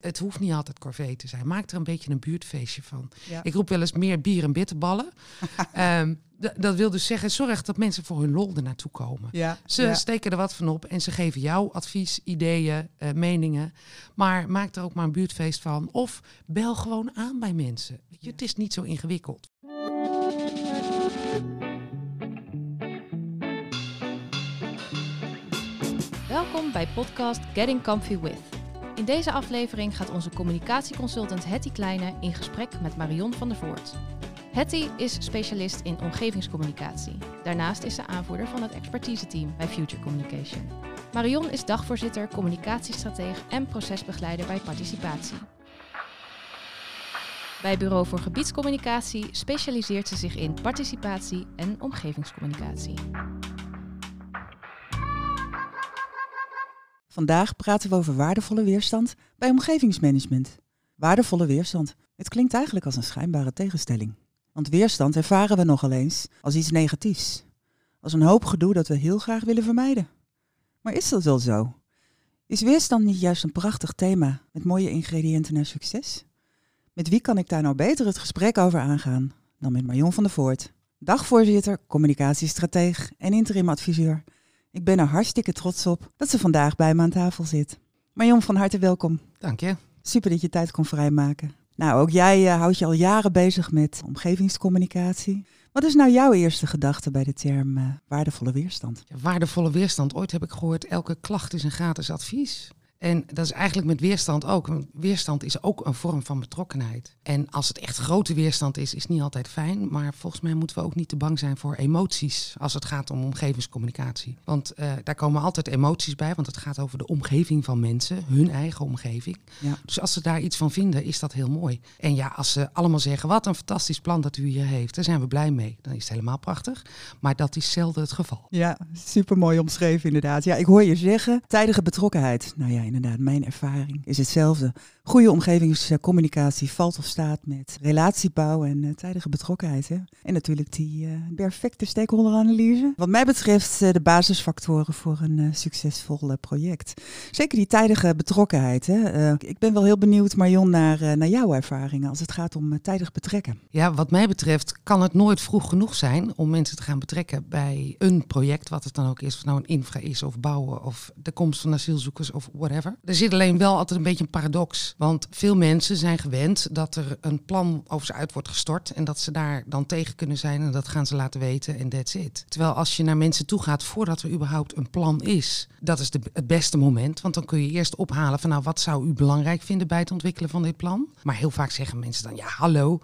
het hoeft niet altijd corvée te zijn. Maak er een beetje een buurtfeestje van. Ja. Ik roep wel eens meer bier en bitterballen. Dat wil dus zeggen, zorg dat mensen voor hun lol er naartoe komen. Ja, Ze steken er wat van op en ze geven jou advies, ideeën, meningen. Maar maak er ook maar een buurtfeest van. Of bel gewoon aan bij mensen. Weet je, het is niet zo ingewikkeld. Welkom bij podcast Getting Comfy With. In deze aflevering gaat onze communicatieconsultant Hetty Kleine in gesprek met Marion van der Voort. Hetty is specialist in omgevingscommunicatie. Daarnaast is ze aanvoerder van het expertise-team bij Future Communication. Marion is dagvoorzitter, communicatiestratege en procesbegeleider bij Participatie. Bij Bureau voor Gebiedscommunicatie specialiseert ze zich in participatie en omgevingscommunicatie. Vandaag praten we over waardevolle weerstand bij omgevingsmanagement. Waardevolle weerstand. Het klinkt eigenlijk als een schijnbare tegenstelling. Want weerstand ervaren we nogal eens als iets negatiefs. Als een hoop gedoe dat we heel graag willen vermijden. Maar is dat wel zo? Is weerstand niet juist een prachtig thema met mooie ingrediënten naar succes? Met wie kan ik daar nou beter het gesprek over aangaan dan met Marion van der Voort, dagvoorzitter, communicatiestratege en interimadviseur. Ik ben er hartstikke trots op dat ze vandaag bij me aan tafel zit. Marion, van harte welkom. Dank je. Super dat je tijd kon vrijmaken. Nou, ook jij houdt je al jaren bezig met omgevingscommunicatie. Wat is nou jouw eerste gedachte bij de term waardevolle weerstand? Ja, waardevolle weerstand. Ooit heb ik gehoord, elke klacht is een gratis advies. En dat is eigenlijk met weerstand ook. Weerstand is ook een vorm van betrokkenheid. En als het echt grote weerstand is niet altijd fijn. Maar volgens mij moeten we ook niet te bang zijn voor emoties als het gaat om omgevingscommunicatie. Want daar komen altijd emoties bij, want het gaat over de omgeving van mensen, hun eigen omgeving. Ja. Dus als ze daar iets van vinden, is dat heel mooi. En ja, als ze allemaal zeggen, wat een fantastisch plan dat u hier heeft, daar zijn we blij mee. Dan is het helemaal prachtig. Maar dat is zelden het geval. Ja, super mooi omschreven inderdaad. Ja, ik hoor je zeggen, tijdige betrokkenheid. Nou ja, inderdaad, mijn ervaring is hetzelfde. Goede omgevingscommunicatie valt of staat met relatiebouw en tijdige betrokkenheid. Hè? En natuurlijk die perfecte stakeholderanalyse. Wat mij betreft de basisfactoren voor een succesvol project. Zeker die tijdige betrokkenheid. Hè? Ik ben wel heel benieuwd, Marion, naar jouw ervaringen als het gaat om tijdig betrekken. Ja, wat mij betreft kan het nooit vroeg genoeg zijn om mensen te gaan betrekken bij een project, wat het dan ook is, of nou een infra is of bouwen of de komst van asielzoekers of whatever. Er zit alleen wel altijd een beetje een paradox. Want veel mensen zijn gewend dat er een plan over ze uit wordt gestort en dat ze daar dan tegen kunnen zijn en dat gaan ze laten weten en that's it. Terwijl als je naar mensen toe gaat voordat er überhaupt een plan is, dat is het beste moment. Want dan kun je eerst ophalen van nou, wat zou u belangrijk vinden bij het ontwikkelen van dit plan? Maar heel vaak zeggen mensen dan, ja hallo,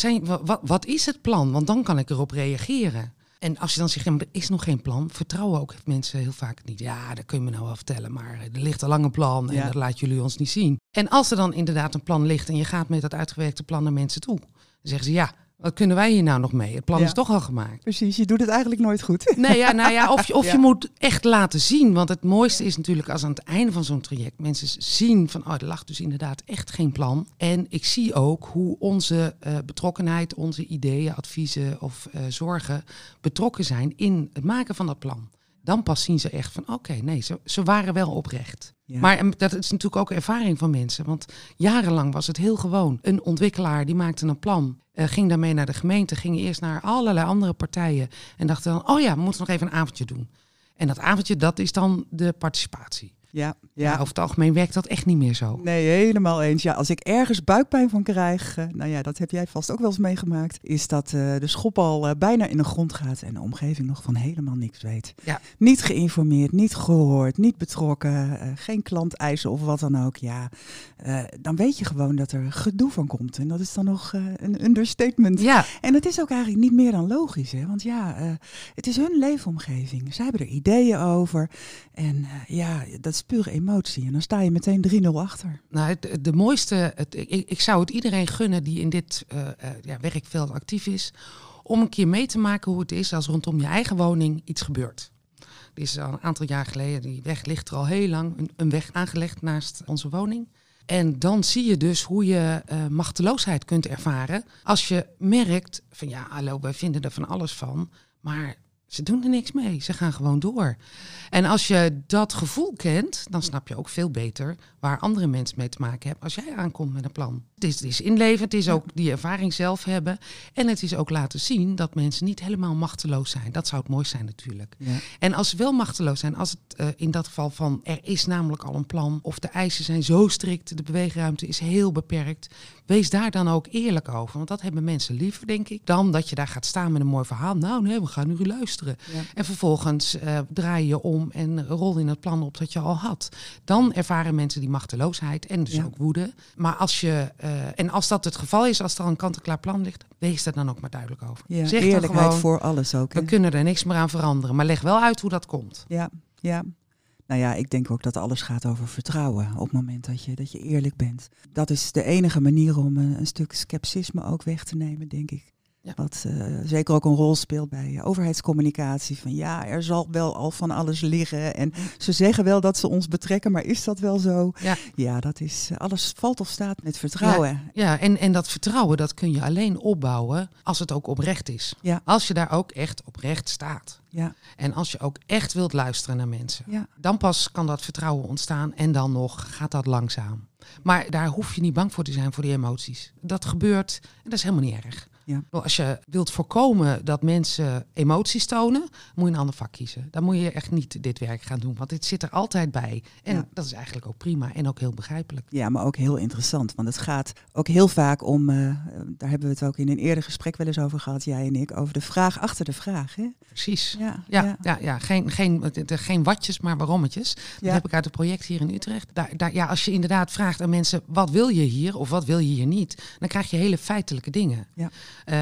wat is het plan? Want dan kan ik erop reageren. En als je dan zegt, ja, maar er is nog geen plan, vertrouwen ook mensen heel vaak niet. Ja, dat kun je me nou wel vertellen, maar er ligt al lang een plan en dat laten jullie ons niet zien. En als er dan inderdaad een plan ligt en je gaat met dat uitgewerkte plan naar mensen toe, dan zeggen ze, ja, wat kunnen wij hier nou nog mee? Het plan is toch al gemaakt. Precies, je doet het eigenlijk nooit goed. Nee, ja, nou ja, of je moet echt laten zien. Want het mooiste is natuurlijk als aan het einde van zo'n traject mensen zien van, er lag dus inderdaad echt geen plan. En ik zie ook hoe onze betrokkenheid, onze ideeën, adviezen of zorgen betrokken zijn in het maken van dat plan. Dan pas zien ze echt van, oké, nee, ze waren wel oprecht. Ja. Maar dat is natuurlijk ook ervaring van mensen. Want jarenlang was het heel gewoon. Een ontwikkelaar die maakte een plan, ging daarmee naar de gemeente, ging eerst naar allerlei andere partijen en dacht dan, oh ja, we moeten nog even een avondje doen. En dat avondje, dat is dan de participatie. Ja. Over het algemeen werkt dat echt niet meer zo. Nee, helemaal eens. Ja, als ik ergens buikpijn van krijg, nou ja, dat heb jij vast ook wel eens meegemaakt, is dat de schop al bijna in de grond gaat en de omgeving nog van helemaal niks weet. Ja. Niet geïnformeerd, niet gehoord, niet betrokken, geen klanteisen of wat dan ook. Ja, dan weet je gewoon dat er gedoe van komt. En dat is dan nog een understatement. Ja. En dat is ook eigenlijk niet meer dan logisch, hè? Want ja, het is hun leefomgeving. Zij hebben er ideeën over. En dat is pure emotie. En dan sta je meteen 3-0 achter. Nou, de mooiste, ik zou het iedereen gunnen die in dit werkveld actief is, om een keer mee te maken hoe het is als rondom je eigen woning iets gebeurt. Er is al een aantal jaar geleden, die weg ligt er al heel lang, een weg aangelegd naast onze woning. En dan zie je dus hoe je machteloosheid kunt ervaren als je merkt van ja, hallo, wij vinden er van alles van, maar Ze doen er niks mee. Ze gaan gewoon door. En als je dat gevoel kent, dan snap je ook veel beter waar andere mensen mee te maken hebben als jij aankomt met een plan. Het is inleven, het is ook die ervaring zelf hebben. En het is ook laten zien dat mensen niet helemaal machteloos zijn. Dat zou het mooiste zijn natuurlijk. Ja. En als ze wel machteloos zijn, als het in dat geval van er is namelijk al een plan of de eisen zijn zo strikt, de beweegruimte is heel beperkt. Wees daar dan ook eerlijk over. Want dat hebben mensen liever, denk ik, dan dat je daar gaat staan met een mooi verhaal. Nou nee, we gaan nu luisteren. Ja. En vervolgens draai je om en rol in het plan op dat je al had. Dan ervaren mensen die machteloosheid en dus ook woede. Maar als dat het geval is, als er al een kant-en-klaar plan ligt, wees daar dan ook maar duidelijk over. Ja, zeg eerlijkheid dan gewoon, voor alles ook. Hè? We kunnen er niks meer aan veranderen, maar leg wel uit hoe dat komt. Ja. Nou ja, ik denk ook dat alles gaat over vertrouwen op het moment dat je eerlijk bent. Dat is de enige manier om een stuk scepticisme ook weg te nemen, denk ik. Ja. Wat zeker ook een rol speelt bij overheidscommunicatie. Van ja, er zal wel al van alles liggen. En ze zeggen wel dat ze ons betrekken, maar is dat wel zo? Ja, dat is alles valt of staat met vertrouwen. Ja, en dat vertrouwen dat kun je alleen opbouwen als het ook oprecht is. Ja. Als je daar ook echt oprecht staat. Ja. En als je ook echt wilt luisteren naar mensen. Dan pas kan dat vertrouwen ontstaan en dan nog gaat dat langzaam. Maar daar hoef je niet bang voor te zijn voor die emoties. Dat gebeurt en dat is helemaal niet erg. Ja. Als je wilt voorkomen dat mensen emoties tonen, moet je een ander vak kiezen. Dan moet je echt niet dit werk gaan doen, want dit zit er altijd bij. En dat is eigenlijk ook prima en ook heel begrijpelijk. Ja, maar ook heel interessant, want het gaat ook heel vaak om, daar hebben we het ook in een eerder gesprek wel eens over gehad, jij en ik, over de vraag achter de vraag. Hè? Precies. Ja. Geen watjes, maar waarommetjes. Dat heb ik uit het project hier in Utrecht. Als je inderdaad vraagt aan mensen, wat wil je hier of wat wil je hier niet, dan krijg je hele feitelijke dingen. Ja.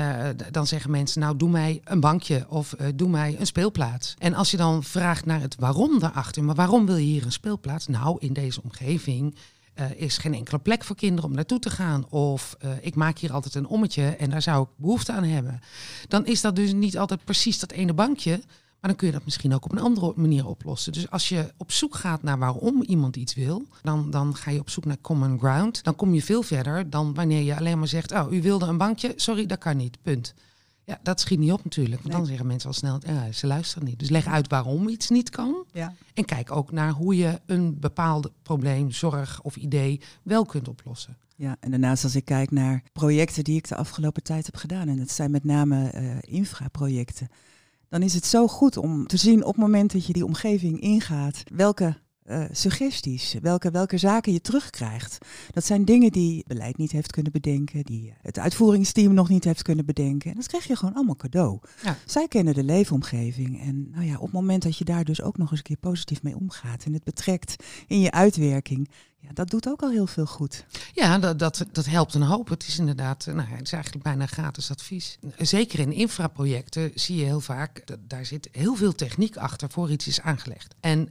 Dan zeggen mensen, nou doe mij een bankje of doe mij een speelplaats. En als je dan vraagt naar het waarom daarachter, maar waarom wil je hier een speelplaats? Nou, in deze omgeving is geen enkele plek voor kinderen om naartoe te gaan. Of ik maak hier altijd een ommetje en daar zou ik behoefte aan hebben. Dan is dat dus niet altijd precies dat ene bankje. Maar dan kun je dat misschien ook op een andere manier oplossen. Dus als je op zoek gaat naar waarom iemand iets wil, dan ga je op zoek naar common ground. Dan kom je veel verder dan wanneer je alleen maar zegt, oh, u wilde een bankje, sorry, dat kan niet, punt. Ja, dat schiet niet op natuurlijk, want dan zeggen mensen al snel, ze luisteren niet. Dus leg uit waarom iets niet kan. Ja. En kijk ook naar hoe je een bepaald probleem, zorg of idee wel kunt oplossen. Ja, en daarnaast als ik kijk naar projecten die ik de afgelopen tijd heb gedaan, en dat zijn met name infraprojecten, dan is het zo goed om te zien op het moment dat je die omgeving ingaat, welke suggesties, welke zaken je terugkrijgt. Dat zijn dingen die het beleid niet heeft kunnen bedenken, die het uitvoeringsteam nog niet heeft kunnen bedenken. En dat krijg je gewoon allemaal cadeau. Ja. Zij kennen de leefomgeving. En nou ja, op het moment dat je daar dus ook nog eens een keer positief mee omgaat en het betrekt in je uitwerking, ja, dat doet ook al heel veel goed. Ja, dat helpt een hoop. Het is inderdaad, het is eigenlijk bijna gratis advies. Zeker in infraprojecten zie je heel vaak, daar zit heel veel techniek achter voor iets is aangelegd. En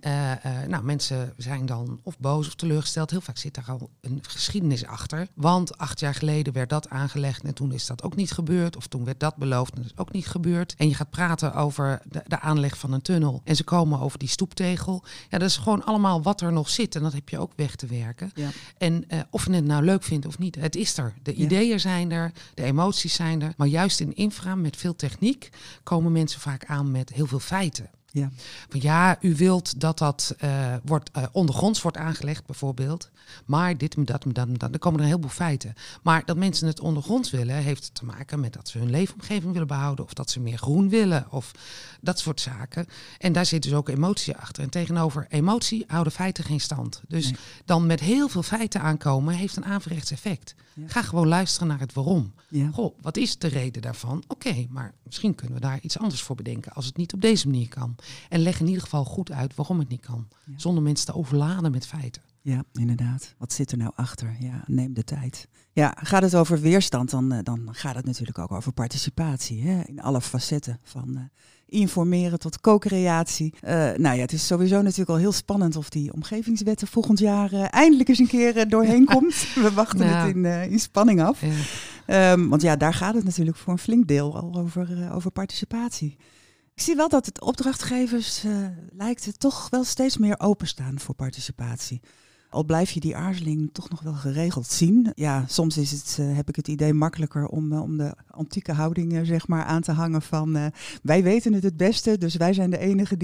mensen zijn dan of boos of teleurgesteld. Heel vaak zit daar al een geschiedenis achter. Want 8 jaar geleden werd dat aangelegd en toen is dat ook niet gebeurd. Of toen werd dat beloofd en dat is ook niet gebeurd. En je gaat praten over de aanleg van een tunnel. En ze komen over die stoeptegel. Ja, dat is gewoon allemaal wat er nog zit. En dat heb je ook weg te werken. Ja. En of je het nou leuk vindt of niet, het is er. De ideeën zijn er, de emoties zijn er. Maar juist in infra met veel techniek komen mensen vaak aan met heel veel feiten. Ja. Van ja, u wilt dat ondergronds wordt aangelegd bijvoorbeeld. Maar dit en dat en dat en dat. Er komen er een heleboel feiten. Maar dat mensen het ondergronds willen, heeft te maken met dat ze hun leefomgeving willen behouden. Of dat ze meer groen willen. Of dat soort zaken. En daar zit dus ook emotie achter. En tegenover emotie houden feiten geen stand. Dus dan met heel veel feiten aankomen heeft een averechts effect. Ja. Ga gewoon luisteren naar het waarom. Ja. Goh, wat is de reden daarvan? Oké, maar misschien kunnen we daar iets anders voor bedenken als het niet op deze manier kan. En leg in ieder geval goed uit waarom het niet kan. Ja. Zonder mensen te overladen met feiten. Ja, inderdaad. Wat zit er nou achter? Ja, neem de tijd. Ja, gaat het over weerstand, dan gaat het natuurlijk ook over participatie. Hè? In alle facetten. Van informeren tot co-creatie. Het is sowieso natuurlijk al heel spannend of die omgevingswetten volgend jaar eindelijk eens een keer doorheen komt. We wachten het in spanning af. Ja. Want daar gaat het natuurlijk voor een flink deel al over participatie. Ik zie wel dat het opdrachtgevers lijkt toch wel steeds meer openstaan voor participatie. al blijf je die aarzeling toch nog wel geregeld zien. Ja, soms is het, heb ik het idee makkelijker om de antieke houding zeg maar aan te hangen van wij weten het beste, dus wij zijn de enigen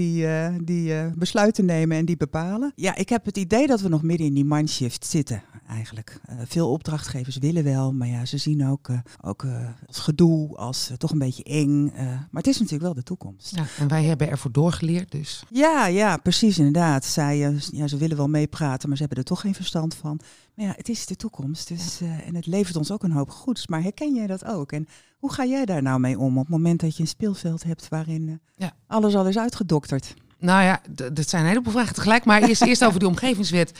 die besluiten nemen en die bepalen. Ja, ik heb het idee dat we nog midden in die mindshift zitten eigenlijk. Veel opdrachtgevers willen wel, maar ja, ze zien ook als gedoe, als toch een beetje eng. Maar het is natuurlijk wel de toekomst. Ja, en wij hebben ervoor doorgeleerd dus. Ja, precies inderdaad. Ze willen wel meepraten, maar ze hebben er toch geen verstand van. Maar ja, het is de toekomst. Dus, en het levert ons ook een hoop goeds. Maar herken jij dat ook? En hoe ga jij daar nou mee om op het moment dat je een speelveld hebt waarin alles al is uitgedokterd? Nou ja, dat zijn een heleboel vragen tegelijk. Maar eerst over die omgevingswet.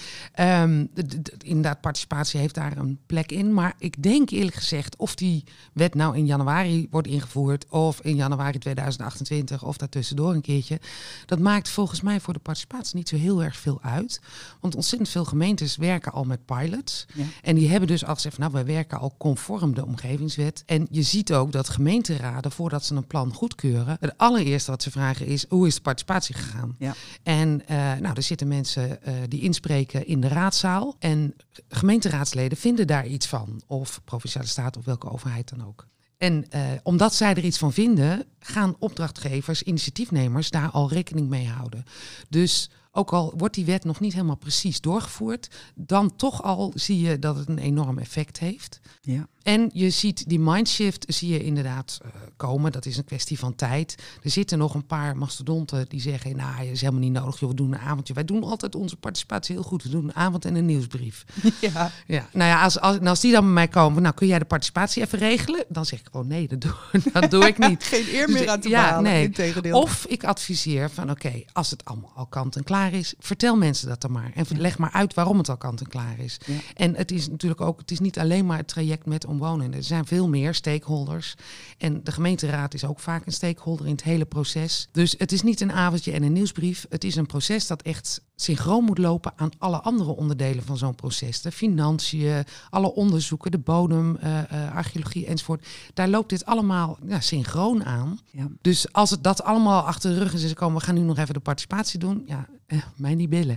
Inderdaad, participatie heeft daar een plek in. Maar ik denk eerlijk gezegd, of die wet nou in januari wordt ingevoerd of in januari 2028 of daartussendoor een keertje. Dat maakt volgens mij voor de participatie niet zo heel erg veel uit. Want ontzettend veel gemeentes werken al met pilots. Ja. En die hebben dus al gezegd, nou, wij werken al conform de omgevingswet. En je ziet ook dat gemeenteraden, voordat ze een plan goedkeuren, het allereerste wat ze vragen is, hoe is de participatie gegaan? Ja. En er zitten mensen die inspreken in de raadzaal. En gemeenteraadsleden vinden daar iets van. Of Provinciale Staat of welke overheid dan ook. En omdat zij er iets van vinden, gaan opdrachtgevers, initiatiefnemers daar al rekening mee houden. Dus ook al wordt die wet nog niet helemaal precies doorgevoerd, dan toch al zie je dat het een enorm effect heeft. Ja. En je ziet die mindshift zie je inderdaad komen. Dat is een kwestie van tijd. Er zitten nog een paar mastodonten die zeggen, nou, het is helemaal niet nodig, joh, we doen een avondje. Wij doen altijd onze participatie heel goed. We doen een avond en een nieuwsbrief. Ja. Nou ja, als die dan bij mij komen, nou, kun jij de participatie even regelen? Dan zeg ik gewoon, nee, dat doe ik niet. Geen eer meer aan te behalen, nee. Integendeel. Of ik adviseer van, oké, als het allemaal al kant en klaar is, vertel mensen dat dan maar. En leg maar uit waarom het al kant en klaar is. Ja. En het is natuurlijk ook, het is niet alleen maar het traject met omwonenden. Er zijn veel meer stakeholders. En de gemeenteraad is ook vaak een stakeholder in het hele proces. Dus het is niet een avondje en een nieuwsbrief. Het is een proces dat echt synchroon moet lopen aan alle andere onderdelen van zo'n proces. De financiën, alle onderzoeken, de bodem, archeologie enzovoort. Daar loopt dit allemaal synchroon aan. Ja. Dus als het dat allemaal achter de rug is en ze komen, we gaan nu nog even de participatie doen. Ja, mij niet bellen.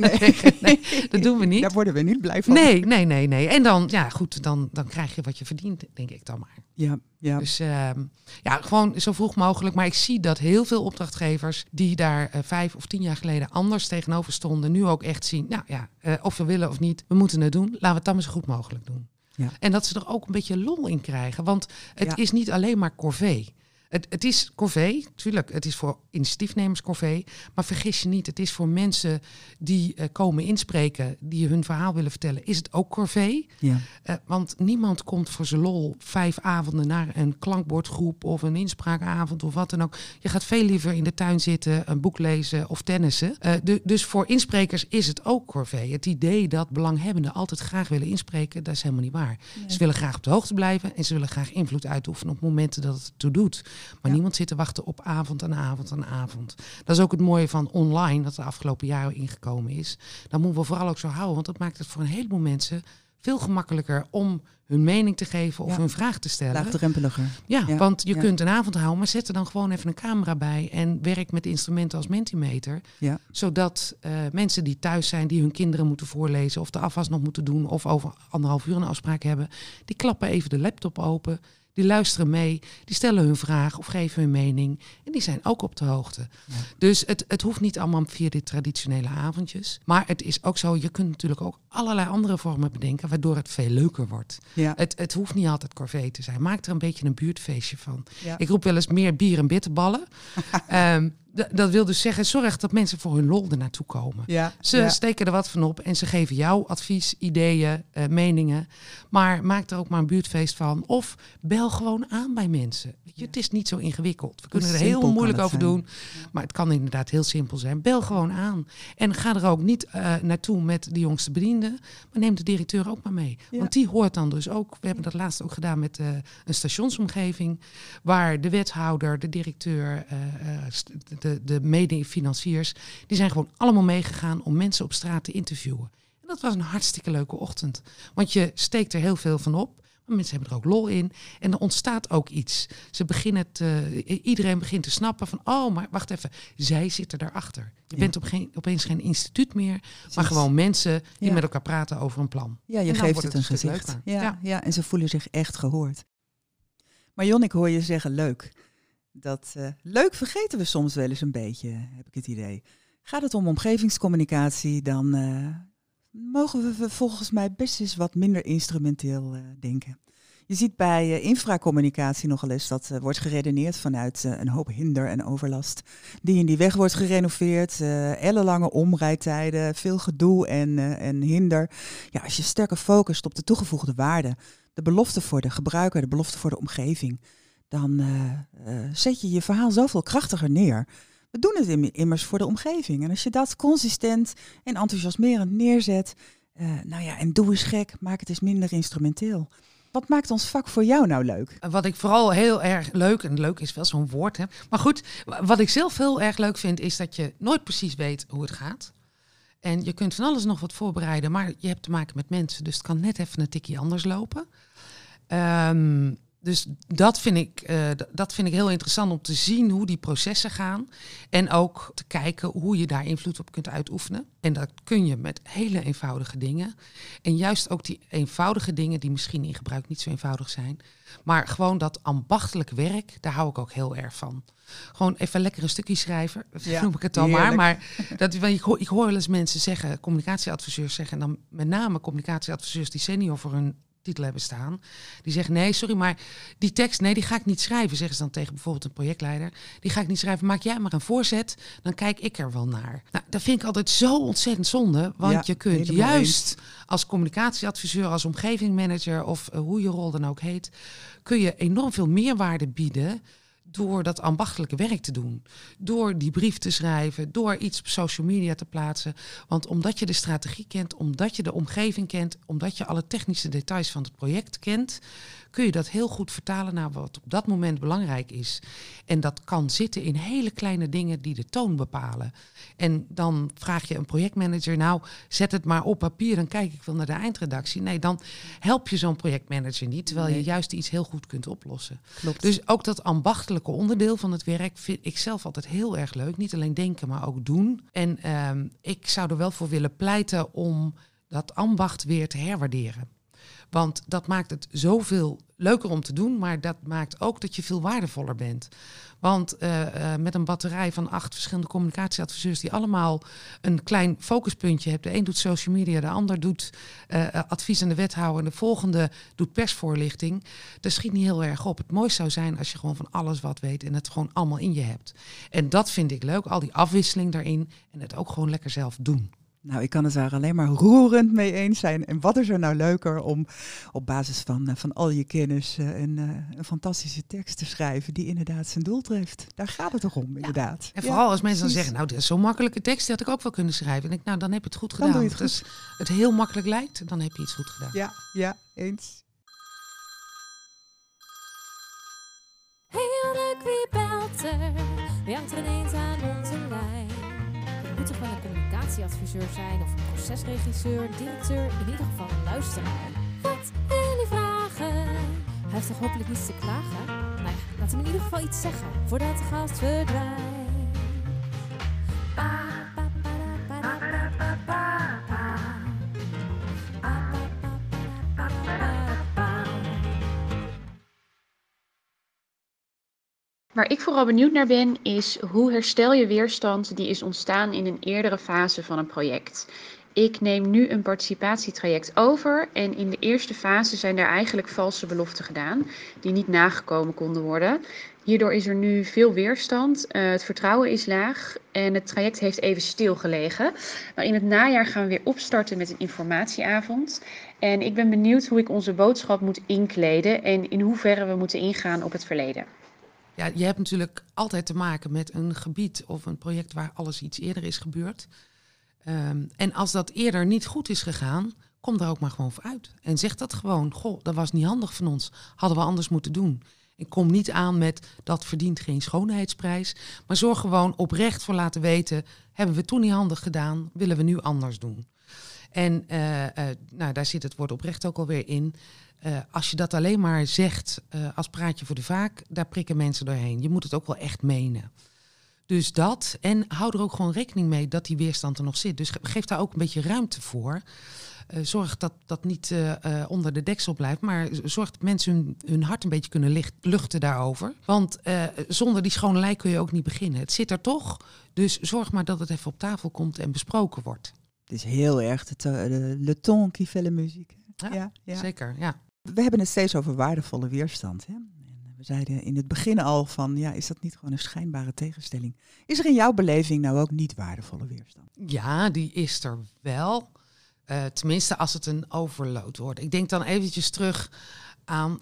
Nee, dat doen we niet. Daar worden we niet blij van. Nee. En dan, ja goed, dan krijg je wat je verdient, denk ik dan maar. Ja. Dus gewoon zo vroeg mogelijk. Maar ik zie dat heel veel opdrachtgevers die daar 5 of 10 jaar geleden anders tegenover stonden, nu ook echt zien, of we willen of niet, we moeten het doen. Laten we het dan maar zo goed mogelijk doen. Ja. En dat ze er ook een beetje lol in krijgen. Want het is niet alleen maar corvée. Het is corvée, natuurlijk, het is voor initiatiefnemers corvée. Maar vergis je niet, het is voor mensen die komen inspreken, die hun verhaal willen vertellen, is het ook corvée. Ja. Want niemand komt voor zijn lol 5 avonden naar een klankbordgroep of een inspraakavond of wat dan ook. Je gaat veel liever in de tuin zitten, een boek lezen of tennissen. Dus voor insprekers is het ook corvée. Het idee dat belanghebbenden altijd graag willen inspreken, dat is helemaal niet waar. Nee. Ze willen graag op de hoogte blijven en ze willen graag invloed uitoefenen op momenten dat het toe doet. Maar niemand zit te wachten op avond aan avond aan avond. Dat is ook het mooie van online, dat de afgelopen jaren ingekomen is. Dat moeten we vooral ook zo houden, want dat maakt het voor een heleboel mensen veel gemakkelijker om hun mening te geven of hun vraag te stellen. Laagdrempeliger. Ja, want je kunt een avond houden, maar zet er dan gewoon even een camera bij en werk met instrumenten als Mentimeter. Ja. Zodat mensen die thuis zijn, die hun kinderen moeten voorlezen of de afwas nog moeten doen of over 1,5 uur een afspraak hebben, die klappen even de laptop open. Die luisteren mee, die stellen hun vraag of geven hun mening. En die zijn ook op de hoogte. Ja. Dus het hoeft niet allemaal via die traditionele avondjes. Maar het is ook zo, je kunt natuurlijk ook allerlei andere vormen bedenken, waardoor het veel leuker wordt. Ja. Het hoeft niet altijd corvée te zijn. Maak er een beetje een buurtfeestje van. Ja. Ik roep wel eens meer bier en bitterballen. Dat wil dus zeggen, zorg dat mensen voor hun lol er naartoe komen. Ja, ze steken er wat van op en ze geven jou advies, ideeën, meningen. Maar maak er ook maar een buurtfeest van. Of bel gewoon aan bij mensen. Weet je, het is niet zo ingewikkeld. We kunnen er heel moeilijk over doen. Maar het kan inderdaad heel simpel zijn. Bel gewoon aan. En ga er ook niet naartoe met de jongste bediende. Maar neem de directeur ook maar mee. Ja. Want die hoort dan dus ook. We hebben dat laatst ook gedaan met een stationsomgeving. Waar de wethouder, de directeur, de mede-financiers, die zijn gewoon allemaal meegegaan om mensen op straat te interviewen. En dat was een hartstikke leuke ochtend. Want je steekt er heel veel van op. Maar mensen hebben er ook lol in. En er ontstaat ook iets. Iedereen begint te snappen van, oh, maar wacht even. Zij zitten daarachter. Je bent opeens geen instituut meer. Maar gewoon mensen die met elkaar praten over een plan. Ja, je geeft het een gezicht. Ja, en ze voelen zich echt gehoord. Marion, ik hoor je zeggen leuk. Dat leuk vergeten we soms wel eens een beetje, heb ik het idee. Gaat het om omgevingscommunicatie, dan mogen we volgens mij best eens wat minder instrumenteel denken. Je ziet bij infracommunicatie nogal eens dat wordt geredeneerd vanuit een hoop hinder en overlast. Die in die weg wordt gerenoveerd, ellenlange omrijdtijden, veel gedoe en hinder. Ja, als je sterker focust op de toegevoegde waarde, de belofte voor de gebruiker, de belofte voor de omgeving, dan zet je je verhaal zoveel krachtiger neer. We doen het immers voor de omgeving. En als je dat consistent en enthousiasmerend neerzet, en doe eens gek, maak het eens minder instrumenteel. Wat maakt ons vak voor jou nou leuk? Wat ik vooral heel erg leuk, en leuk is wel zo'n woord, hè. Maar goed, wat ik zelf heel erg leuk vind, is dat je nooit precies weet hoe het gaat. En je kunt van alles nog wat voorbereiden, maar je hebt te maken met mensen, dus het kan net even een tikje anders lopen. Dus dat vind ik heel interessant om te zien hoe die processen gaan. En ook te kijken hoe je daar invloed op kunt uitoefenen. En dat kun je met hele eenvoudige dingen. En juist ook die eenvoudige dingen die misschien in gebruik niet zo eenvoudig zijn. Maar gewoon dat ambachtelijk werk, daar hou ik ook heel erg van. Gewoon even lekker een stukje schrijven, noem ik het dan maar. Maar ik hoor wel eens mensen zeggen, communicatieadviseurs zeggen, en dan met name communicatieadviseurs die senior voor hun titel hebben staan. Die zeggen, nee, sorry, maar die tekst, die ga ik niet schrijven, zeggen ze dan tegen bijvoorbeeld een projectleider. Die ga ik niet schrijven, maak jij maar een voorzet, dan kijk ik er wel naar. Nou, dat vind ik altijd zo ontzettend zonde, want je kunt juist als communicatieadviseur, als omgevingsmanager of hoe je rol dan ook heet, kun je enorm veel meerwaarde bieden door dat ambachtelijke werk te doen. Door die brief te schrijven, door iets op social media te plaatsen. Want omdat je de strategie kent, omdat je de omgeving kent, omdat je alle technische details van het project kent, kun je dat heel goed vertalen naar wat op dat moment belangrijk is. En dat kan zitten in hele kleine dingen die de toon bepalen. En dan vraag je een projectmanager, nou, zet het maar op papier, dan kijk ik wel naar de eindredactie. Nee, dan help je zo'n projectmanager niet, terwijl je juist iets heel goed kunt oplossen. Klopt. Dus ook dat ambachtelijke onderdeel van het werk vind ik zelf altijd heel erg leuk. Niet alleen denken, maar ook doen. En ik zou er wel voor willen pleiten om dat ambacht weer te herwaarderen. Want dat maakt het zoveel leuker om te doen, maar dat maakt ook dat je veel waardevoller bent. Want met een batterij van 8 verschillende communicatieadviseurs die allemaal een klein focuspuntje hebben. De een doet social media, de ander doet advies aan de wethouder en de volgende doet persvoorlichting. Dat schiet niet heel erg op. Het mooiste zou zijn als je gewoon van alles wat weet en het gewoon allemaal in je hebt. En dat vind ik leuk, al die afwisseling daarin en het ook gewoon lekker zelf doen. Nou, ik kan het daar alleen maar roerend mee eens zijn. En wat is er nou leuker om op basis van al je kennis een fantastische tekst te schrijven die inderdaad zijn doel treft. Daar gaat het toch om, inderdaad. En vooral als mensen dan zeggen, nou, dit is zo'n makkelijke tekst, die had ik ook wel kunnen schrijven. En ik denk, nou, dan heb je het goed gedaan. Dan doe je het goed. Als het heel makkelijk lijkt, dan heb je iets goed gedaan. Ja, eens. Hey, Anneke, wie belt er? Wie hangt er ineens aan onze lijn? Het moet toch wel een communicatieadviseur zijn of een procesregisseur, directeur, in ieder geval een luisteraar. Wat wil jullie vragen? Hij heeft toch hopelijk niets te klagen? Nou ja, laat hem in ieder geval iets zeggen voordat de gast verdwijnt. Waar ik vooral benieuwd naar ben, is hoe herstel je weerstand die is ontstaan in een eerdere fase van een project. Ik neem nu een participatietraject over en in de eerste fase zijn er eigenlijk valse beloften gedaan die niet nagekomen konden worden. Hierdoor is er nu veel weerstand, het vertrouwen is laag en het traject heeft even stilgelegen. Maar in het najaar gaan we weer opstarten met een informatieavond. En ik ben benieuwd hoe ik onze boodschap moet inkleden en in hoeverre we moeten ingaan op het verleden. Ja, je hebt natuurlijk altijd te maken met een gebied of een project waar alles iets eerder is gebeurd. En als dat eerder niet goed is gegaan, kom daar ook maar gewoon voor uit. En zeg dat gewoon, goh, dat was niet handig van ons. Hadden we anders moeten doen. En kom niet aan met, dat verdient geen schoonheidsprijs. Maar zorg gewoon oprecht voor laten weten, hebben we toen niet handig gedaan, willen we nu anders doen. En daar zit het woord oprecht ook alweer in. Als je dat alleen maar zegt als praatje voor de vaak, daar prikken mensen doorheen. Je moet het ook wel echt menen. Dus dat, en hou er ook gewoon rekening mee dat die weerstand er nog zit. Dus geef daar ook een beetje ruimte voor. Zorg dat dat niet onder de deksel blijft, maar zorg dat mensen hun hart een beetje kunnen luchten daarover. Want zonder die schone lei kun je ook niet beginnen. Het zit er toch, dus zorg maar dat het even op tafel komt en besproken wordt. Het is heel erg le ton qui fait la musique. Ja. Zeker, ja. We hebben het steeds over waardevolle weerstand. Hè? En we zeiden in het begin al van, is dat niet gewoon een schijnbare tegenstelling? Is er in jouw beleving nou ook niet waardevolle weerstand? Ja, die is er wel. Tenminste, als het een overload wordt. Ik denk dan eventjes terug aan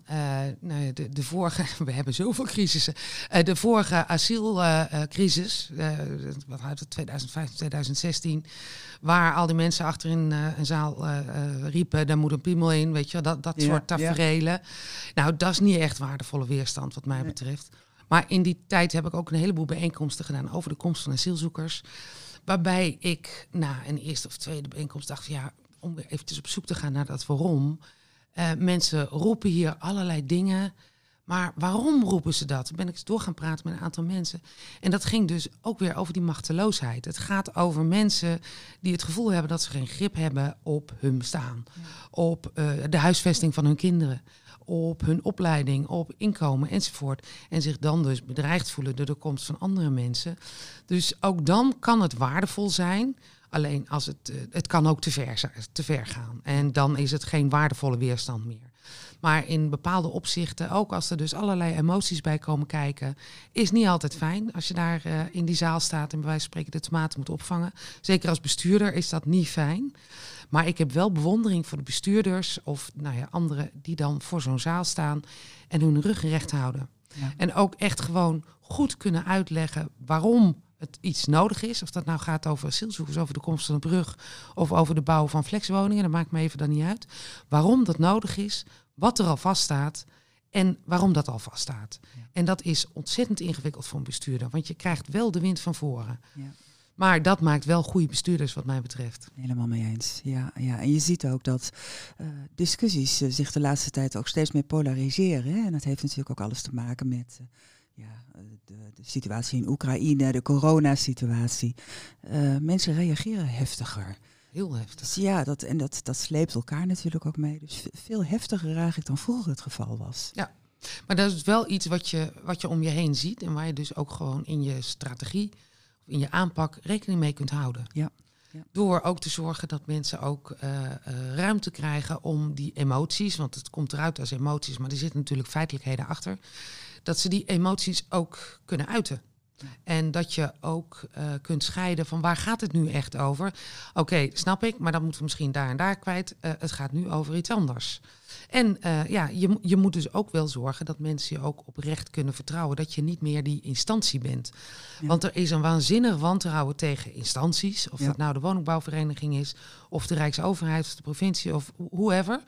de vorige... We hebben zoveel crisissen. De vorige asielcrisis, wat uit 2015, 2016... waar al die mensen achter in een zaal riepen... daar moet een piemel in, weet je, dat soort taferelen. Ja. Nou, dat is niet echt waardevolle weerstand wat mij betreft. Maar in die tijd heb ik ook een heleboel bijeenkomsten gedaan... over de komst van asielzoekers... Waarbij ik na een eerste of tweede bijeenkomst dacht... om weer eventjes op zoek te gaan naar dat waarom. Mensen roepen hier allerlei dingen. Maar waarom roepen ze dat? Dan ben ik eens door gaan praten met een aantal mensen. En dat ging dus ook weer over die machteloosheid. Het gaat over mensen die het gevoel hebben... dat ze geen grip hebben op hun bestaan. Ja. Op de huisvesting van hun kinderen. Op hun opleiding, op inkomen enzovoort. En zich dan dus bedreigd voelen door de komst van andere mensen. Dus ook dan kan het waardevol zijn. Alleen als het kan ook te ver gaan. En dan is het geen waardevolle weerstand meer. Maar in bepaalde opzichten, ook als er dus allerlei emoties bij komen kijken... is niet altijd fijn als je daar in die zaal staat... en bij wijze van spreken de tomaten moet opvangen. Zeker als bestuurder is dat niet fijn. Maar ik heb wel bewondering voor de bestuurders... of anderen die dan voor zo'n zaal staan en hun rug recht houden. Ja. En ook echt gewoon goed kunnen uitleggen waarom het iets nodig is. Of dat nou gaat over asielzoekers, over de komst van de brug... of over de bouw van flexwoningen, dat maakt me even dan niet uit. Waarom dat nodig is, wat er al vaststaat... en waarom dat al vaststaat. Ja. En dat is ontzettend ingewikkeld voor een bestuurder... want je krijgt wel de wind van voren. Ja. Maar dat maakt wel goede bestuurders wat mij betreft. Helemaal mee eens. Ja. En je ziet ook dat discussies zich de laatste tijd ook steeds meer polariseren. Hè? En dat heeft natuurlijk ook alles te maken met de situatie in Oekraïne, de coronasituatie. Mensen reageren heftiger. Heel heftig. Dus ja, dat sleept elkaar natuurlijk ook mee. Dus veel heftiger eigenlijk dan vroeger het geval was. Ja, maar dat is wel iets wat je om je heen ziet... en waar je dus ook gewoon in je strategie... in je aanpak rekening mee kunt houden. Ja. Door ook te zorgen dat mensen ook ruimte krijgen om die emoties... want het komt eruit als emoties, maar er zitten natuurlijk feitelijkheden achter... dat ze die emoties ook kunnen uiten. Ja. En dat je ook kunt scheiden van waar gaat het nu echt over? Oké, snap ik, maar dan moeten we misschien daar en daar kwijt. Het gaat nu over iets anders. En je moet dus ook wel zorgen dat mensen je ook oprecht kunnen vertrouwen... dat je niet meer die instantie bent. Ja. Want er is een waanzinnig wantrouwen tegen instanties. Of dat nou de woningbouwvereniging is... of de Rijksoverheid of de provincie of whoever...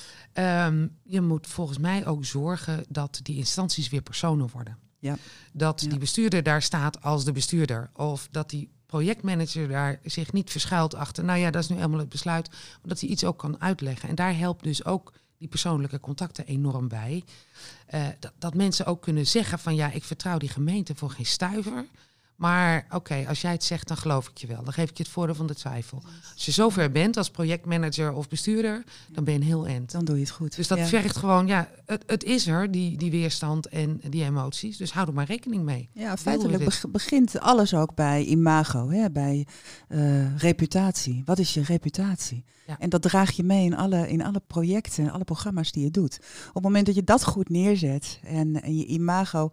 je moet volgens mij ook zorgen dat die instanties weer personen worden. Ja. Dat die bestuurder daar staat als de bestuurder. Of dat die projectmanager daar zich niet verschuilt achter... dat is nu helemaal het besluit. Maar dat hij iets ook kan uitleggen. En daar helpt dus ook die persoonlijke contacten enorm bij. Dat mensen ook kunnen zeggen van... ik vertrouw die gemeente voor geen stuiver... Maar oké, als jij het zegt, dan geloof ik je wel. Dan geef ik je het voordeel van de twijfel. Als je zover bent als projectmanager of bestuurder, dan ben je een heel end. Dan doe je het goed. Dus dat vergt gewoon, het is er, die weerstand en die emoties. Dus hou er maar rekening mee. Ja, feitelijk begint alles ook bij imago, hè, bij reputatie. Wat is je reputatie? Ja. En dat draag je mee in alle projecten, alle programma's die je doet. Op het moment dat je dat goed neerzet en je imago...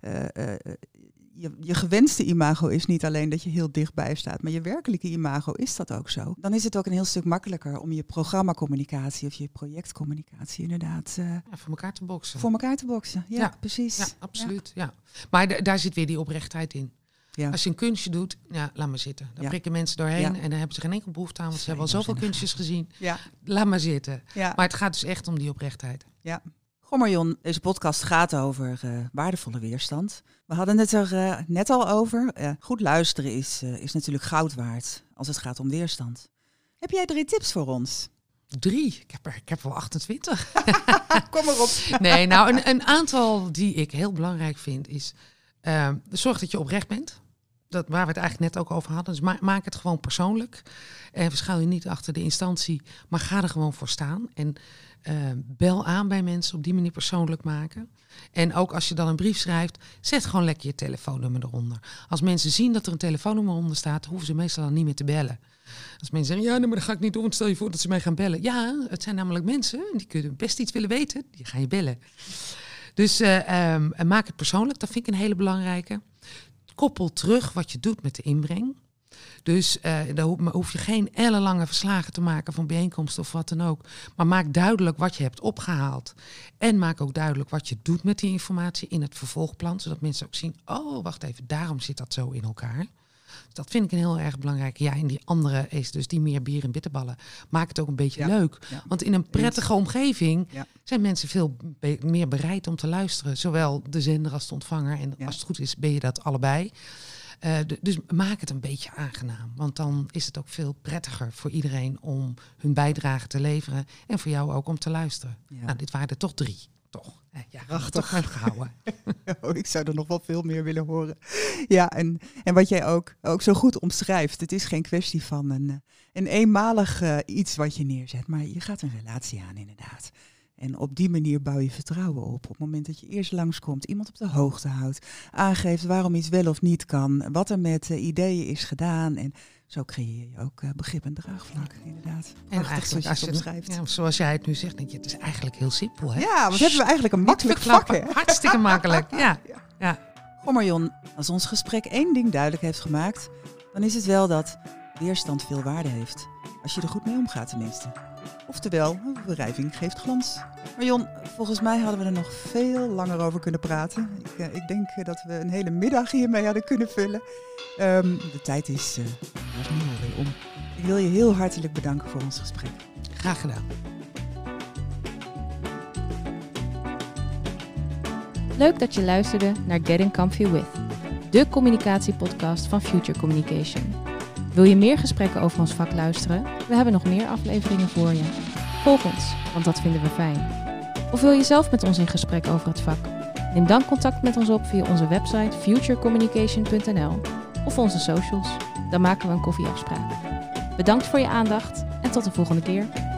Je gewenste imago is niet alleen dat je heel dichtbij staat, maar je werkelijke imago is dat ook zo. Dan is het ook een heel stuk makkelijker om je programmacommunicatie of je projectcommunicatie inderdaad voor elkaar te boksen. Voor elkaar te boksen, ja precies. Ja, absoluut. Ja. Maar daar zit weer die oprechtheid in. Ja. Als je een kunstje doet, laat maar zitten. Dan prikken mensen doorheen en dan hebben ze geen enkel behoefte aan, want ze hebben al zoveel kunstjes gezien. Ja. Laat maar zitten. Ja. Maar het gaat dus echt om die oprechtheid. Ja. Goh Marion, deze podcast gaat over waardevolle weerstand. We hadden het er net al over. Goed luisteren is natuurlijk goud waard als het gaat om weerstand. Heb jij 3 tips voor ons? 3? Ik heb wel 28. Kom maar op. Nee, nou, een aantal die ik heel belangrijk vind is... zorg dat je oprecht bent. Dat, waar we het eigenlijk net ook over hadden. Dus maak het gewoon persoonlijk. En verschuil je niet achter de instantie, maar ga er gewoon voor staan. En bel aan bij mensen, op die manier persoonlijk maken. En ook als je dan een brief schrijft, zet gewoon lekker je telefoonnummer eronder. Als mensen zien dat er een telefoonnummer onder staat, hoeven ze meestal dan niet meer te bellen. Als mensen zeggen, ja, nee, maar dat ga ik niet doen, want stel je voor dat ze mij gaan bellen. Ja, het zijn namelijk mensen, die kunnen best iets willen weten, die gaan je bellen. Dus maak het persoonlijk, dat vind ik een hele belangrijke. Koppel terug wat je doet met de inbreng. Dus daar hoef je geen ellenlange verslagen te maken van bijeenkomsten of wat dan ook. Maar maak duidelijk wat je hebt opgehaald. En maak ook duidelijk wat je doet met die informatie in het vervolgplan. Zodat mensen ook zien, oh, wacht even, daarom zit dat zo in elkaar. Dat vind ik een heel erg belangrijk. Ja, en die andere is dus die meer bier en bitterballen. Maak het ook een beetje leuk. Ja. Want in een prettige omgeving zijn mensen veel meer bereid om te luisteren. Zowel de zender als de ontvanger. En als het goed is, ben je dat allebei. Dus maak het een beetje aangenaam. Want dan is het ook veel prettiger voor iedereen om hun bijdrage te leveren. En voor jou ook om te luisteren. Ja. Nou, dit waren er toch 3. Toch? Ja, prachtig heb gehouden. Ik zou er nog wel veel meer willen horen. Ja, en wat jij ook zo goed omschrijft. Het is geen kwestie van een eenmalig iets wat je neerzet. Maar je gaat een relatie aan, inderdaad. En op die manier bouw je vertrouwen op. Op het moment dat je eerst langskomt, iemand op de hoogte houdt. Aangeeft waarom iets wel of niet kan. Wat er met ideeën is gedaan. En zo creëer je ook begrip en draagvlak, inderdaad. En eigenlijk, als je het schrijft. Ja, zoals jij het nu zegt, denk je, het is eigenlijk heel simpel. Hè? Ja, want hebben we eigenlijk een makkelijk vak, hè? Hartstikke makkelijk, ja. Goh, Marion, als ons gesprek 1 ding duidelijk heeft gemaakt, dan is het wel dat weerstand veel waarde heeft. Als je er goed mee omgaat tenminste. Oftewel, wrijving geeft glans. Marion, volgens mij hadden we er nog veel langer over kunnen praten. Ik denk dat we een hele middag hiermee hadden kunnen vullen. De tijd is nu alweer om. Ik wil je heel hartelijk bedanken voor ons gesprek. Graag gedaan. Leuk dat je luisterde naar Getting Comfy With, de communicatiepodcast van Future Communication. Wil je meer gesprekken over ons vak luisteren? We hebben nog meer afleveringen voor je. Volg ons, want dat vinden we fijn. Of wil je zelf met ons in gesprek over het vak? Neem dan contact met ons op via onze website futurecommunication.nl of onze socials. Dan maken we een koffieafspraak. Bedankt voor je aandacht en tot de volgende keer.